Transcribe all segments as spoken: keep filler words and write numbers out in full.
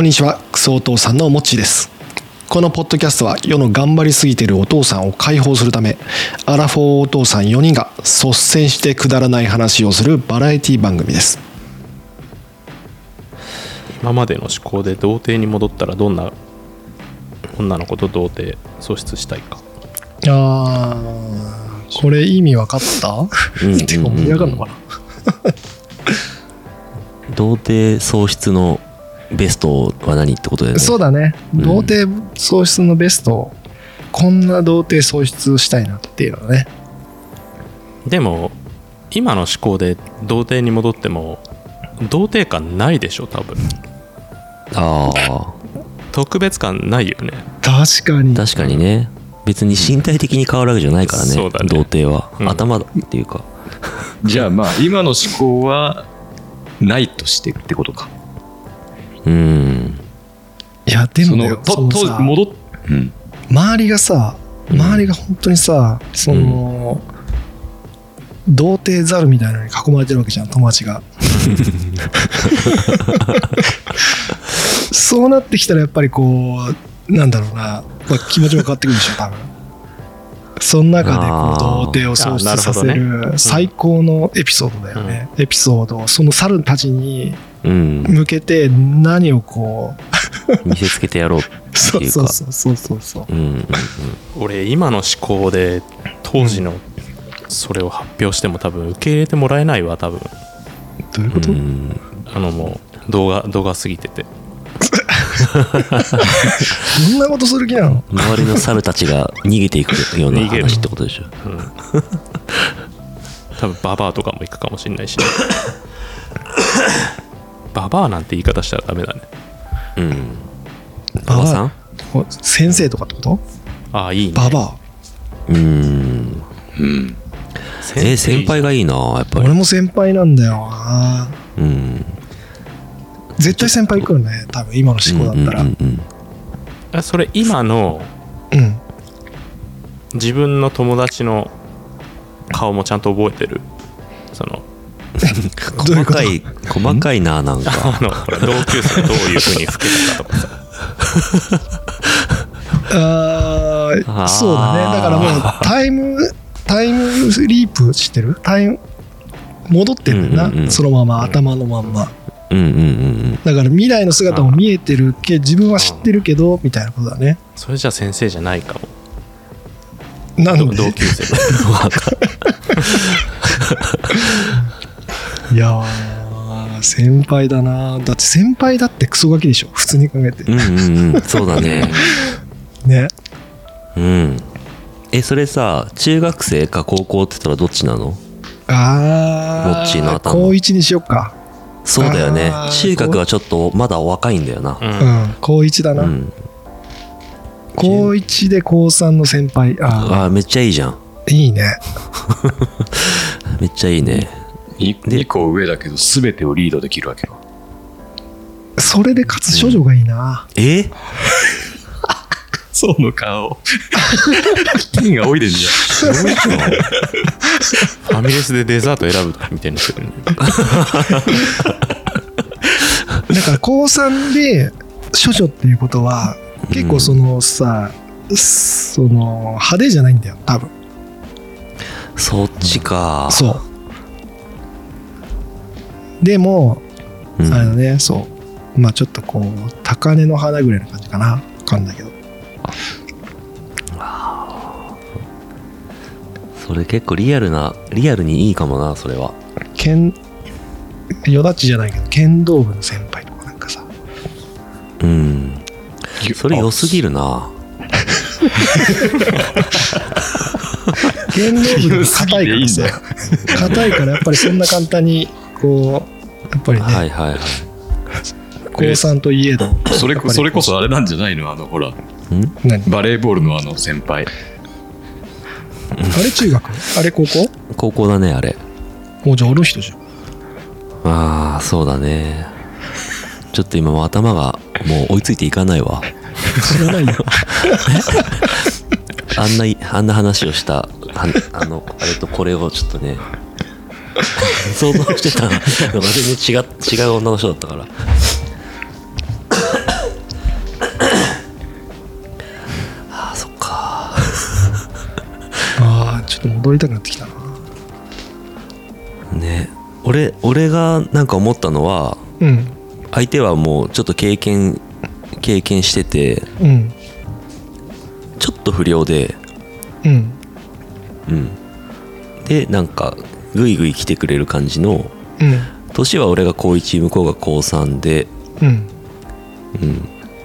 こんにちは、クソお父さんのもっちーです。このポッドキャストは世の頑張りすぎているお父さんを解放するため、アラフォーお父さんよにんが率先してくだらない話をするバラエティ番組です。 今までの思考で童貞に戻ったらどんな女の子と童貞喪失したいか。 あー、これ意味分かった？うんってか盛り上がるのかな童貞喪失のベストは何ってことだよね。 そうだね、童貞喪失のベスト、こんな童貞喪失したいなっていうのはね。 でも今の思考で童貞に戻っても童貞感ないでしょ多分。 ああ、 特別感ないよね。 確かに確かにね。別に身体的に変わるわけじゃないからね、 そうだね、 童貞は、 うん、 頭っていうかじゃあまあ今の思考はないとしてってことか。 うん。 いやでもね、 そのとと戻っ、うん、 周りがさ周りが本当にさ、その、うん、童貞ザルみたいなのに囲まれてるわけじゃん、友達がそうなってきたらやっぱりこうなんだろうな、まあ、気持ちも変わってくるでしょ多分。その中でこう童貞を喪失させる最高のエピソードだよね、うん、エピソードをその猿たちに向けて何をこう見せつけてやろうっていうか、 そうそうそうそうそう、うんうんうん、 俺今の思考で当時のそれを発表しても多分受け入れてもらえないわ多分。 どういうこと？うん、 あのもう動画動画過ぎててそんなことする気なの？ 周りの猿たちが逃げていくような話ってことでしょ、うん、 多分ババアとかも行くかもしれないし、ね、ババアなんて言い方したらダメだね。 うん。ババアさん？ 先生とかってこと？ ああいいね。 ババア。 うーん。うん。えー、先輩がいいなやっぱり。 俺も先輩なんだよな。うん。絶対先輩来るね多分今の思考だったら、うんうんうんうん、それ今の、うん、自分の友達の顔もちゃんと覚えてる？その細かい細かいななんかあのほら同級生がどういう風に老けたかとかさあそうだね。だからもうタイムタイムリープしてる、タイム戻ってるんだよな、うんうんうん、そのまま頭のまんま、うんうんうん、だから未来の姿も見えてるけ自分は知ってるけどみたいなことだね。 それじゃ先生じゃないかも。 なんで？ 同級生いやー先輩だな。だって先輩だってクソガキでしょ普通に考えて。 うんうんうんそうだねね。 うん。えそれさ中学生か高校って言ったらどっちなの？ あどっちの頭？ 高いちにしよっか。 そうだよね。中学はちょっとまだお若いんだよな。 うん、うん、高いちだな、うん、高いちで高さんの先輩。 ああめっちゃいいじゃん。 いいねめっちゃいいね。 にこ上だけど全てをリードできるわけよ。 それでかつ処女がいいな、 うん、えその顔金が多いでんじゃん。ファミレスでデザート選ぶみたいになってくる、ね、だから高さんで処女っていうことは結構そのさ、うん、その派手じゃないんだよ多分。 そっちか。 そうでも、うん、あれだね、そうまあちょっとこう高嶺の花ぐらいの感じかな、分かんないけど。 それ結構リアルなリアルにいいかもな。それは剣よだちじゃないけど剣道部の先輩とかなんかさ。 うんそれ良すぎるな剣道部硬いからさ硬いからやっぱりそんな簡単にこうやっぱりね、はいはいはい、高さんといえどそれ、それこそあれなんじゃないの、あのほらんバレーボールのあの先輩あれ中学？あれ高校？ 高校だねあれ。 もうじゃあある人じゃん。 ああそうだね。ちょっと今も頭がもう追いついていかないわ。 知らないよあんなあんな話をしたあのあれとこれをちょっとね想像してたのが全然違う違う女の人だったからっと戻りたくなってきたなね。俺俺がなんか思ったのは、 うん、 相手はもうちょっと経験経験してて、 うん、 ちょっと不良で、 うんうん、でなんかグイグイ来てくれる感じの、 うん、 年は俺が高いち向こうが高さんで、 うんうん、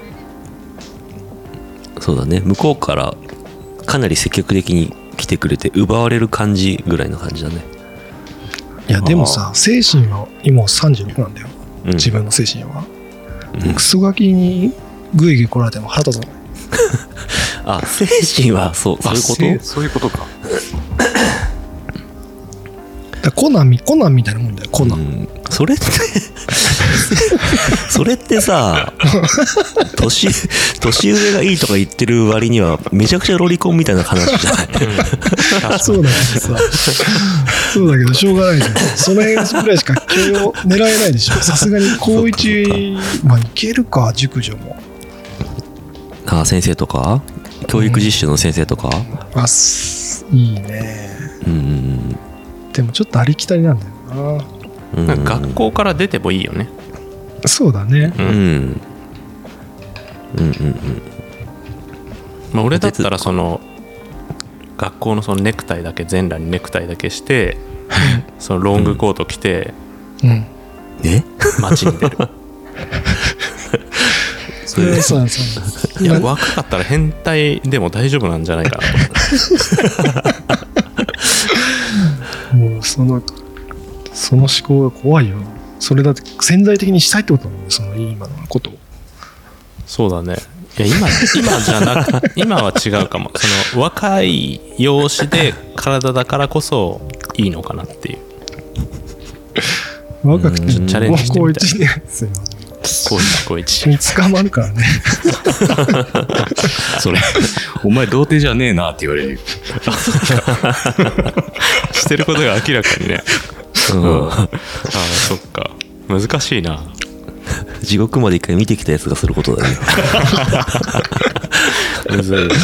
そうだね、向こうからかなり積極的に来てくれて奪われる感じぐらいの感じだね。 いやでもさ、精神は今さんじゅうろくなんだよ、 うん、自分の精神は、うん、クソガキにグイグイ来られても腹立つのあ、精神はそうそういうことそういうことか。 だコナンみコナンみたいなもんだよ、コナン、うん、 それってそれってさ年年上がいいとか言ってる割にはめちゃくちゃロリコンみたいな話じゃない、 うん、そうだけどさそうだけどしょうがないじゃん、その辺ぐらいしか許容狙えないでしょ、さすがに高一まあいけるか、熟女も。 ああ、先生とか教育実習の先生とか、 うん、あいいね。うん、でもちょっとありきたりなんだよな。 なんか学校から出てもいいよね。 そうだね。 うん。うんうんうん。 まあ俺だったらその学校のそのネクタイだけ全裸にネクタイだけしてそのロングコート着て、 うん、 え街に出る。 それそうそう。 いや若かったら変態でも大丈夫なんじゃないかなと思って。 もうそのその思考が怖いよ。それだって潜在的にしたいってことだもんね、その今のことを。 そうだね。いや 今, 今じゃなく今は違うかも。その若い容姿で体だからこそいいのかなっていう。 若くてチャレンジしてみたい。 高いちねん生は高一高一に捕まるからね。 それお前童貞じゃねえなって言われる。 してることが明らかにね。 うん、 ああそっか、難しいな。 地獄まで一回見てきたやつがすることだね。 むずいな。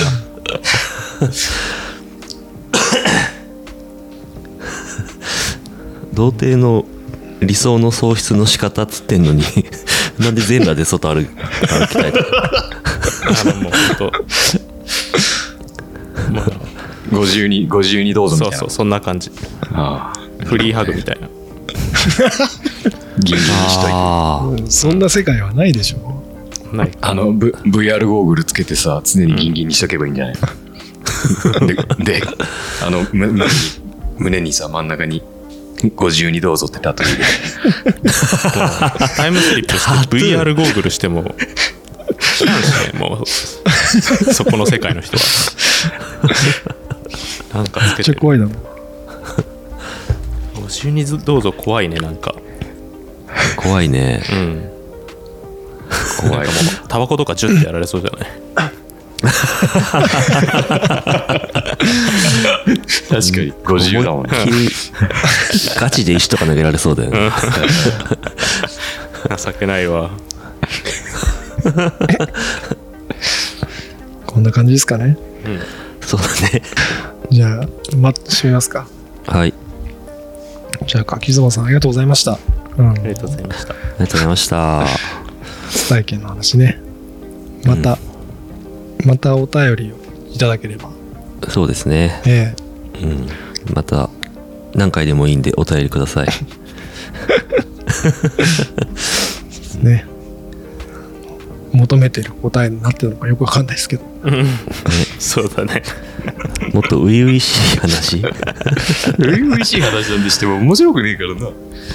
童貞の理想の喪失の仕方っつってんのになんで全裸で外歩きたいの。 あのもうほんとまあご自由にご自由にどうぞみたいな。 そうそう、そんな感じ。ああフリーハグみたいな。 ギンギンにしといて、 うん、そんな世界はないでしょ。 ない。 あの、v、ブイアール ゴーグルつけてさ、常にギンギンにしとけばいいんじゃない、うん、で, であの胸に胸にさ真ん中にご自由にどうぞってタトゥー入れてタイムスリップして ブイアール ゴーグルしても知らんしね、もうそこの世界の人はなんかつけてる。 めっちゃ怖いな。 ご自由にどうぞ怖いね、なんか怖いね。 うん。怖い。タバコとかジュッてやられそうじゃない？ 確かにご自由だもんね。 ガチで石とか投げられそうだよね。 情けないわ。 こんな感じですかね。 うん、 そうだね。 じゃあま締めますか。 はい。 じゃあ柿妻さんありがとうございました。うん、 ありがとうございました。 ありがとうございました。 初体験の話ね。また、うん、またお便りをいただければ。 そうですね。 ええ、 うん。また何回でもいいんでお便りください。 ね。求めてる答えになってるのかよくわかんないですけど。 ね、そうだね。 もっと初々しい話。 初々しい話なんでしても面白くねえからな。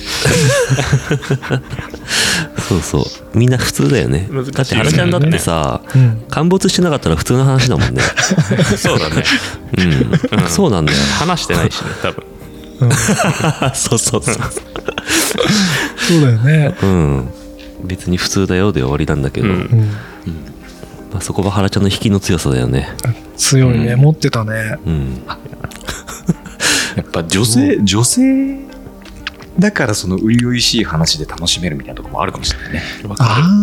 そうそう、みんな普通だよね。だって原ちゃんだってさ、うん、陥没してなかったら普通の話だもんね。 そうだね。 うん、うん、そうなんだよ。 話してないしね、多分。 うん、そうそうそう。 そうだよね。 うん。別に普通だよで終わりなんだけど、うんうん、まあ、そこは原ちゃんの引きの強さだよね。 強いね、うん、持ってたね。 うん、 やっぱ女性女性だからその初々しい話で楽しめるみたいなところもあるかもしれないね。 ああ、うん、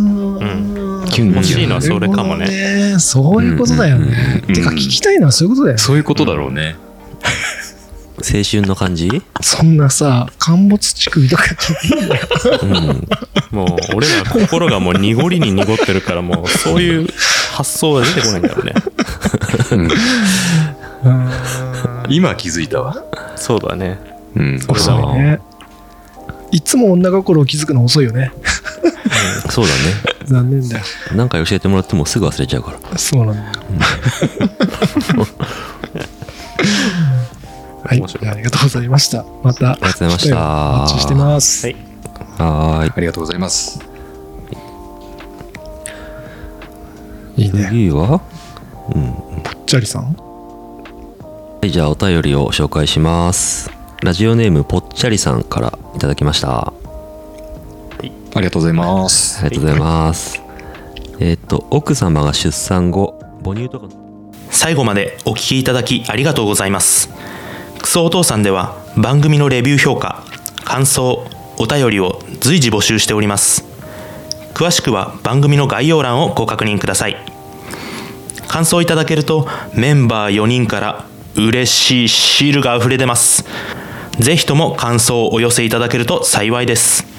キュン欲しいのはそれかもね。 そういうことだよね。うんうんうん、てか聞きたいのはそういうことだよね。 そういうことだろうね。 青春の感じ？ そんなさ陥没乳首とか聞いていいんだよ。 うん。 もう俺ら心がもう濁りに濁ってるから、もうそういう発想が出てこないんだろうね。 今気づいたわ。 そうだね。 うん。 それだわ。 ね。いつも女心を気づくの遅いよね。 うん、そうだね。 残念だよ。 なんか教えてもらってもすぐ忘れちゃうから。 そうなんだよ。はい、じゃあありがとうございました。またありがとうございましたお待ちしてます。 はい。 はーい。 ありがとうございます。 いいね。 次は、うん。 ぽっちゃりさん。 はい、じゃあお便りを紹介します。ラジオネームぽっちゃりさんからいただきました。 ありがとうございます。 ありがとうございます。えっと奥様が出産後母乳とか最後までお聞きいただきありがとうございます。クソお父さんでは番組のレビュー評価、感想、お便りを随時募集しております。詳しくは番組の概要欄をご確認ください。感想いただけるとメンバーよにんから嬉しいシールがあふれ出ます。ぜひとも感想をお寄せいただけると幸いです。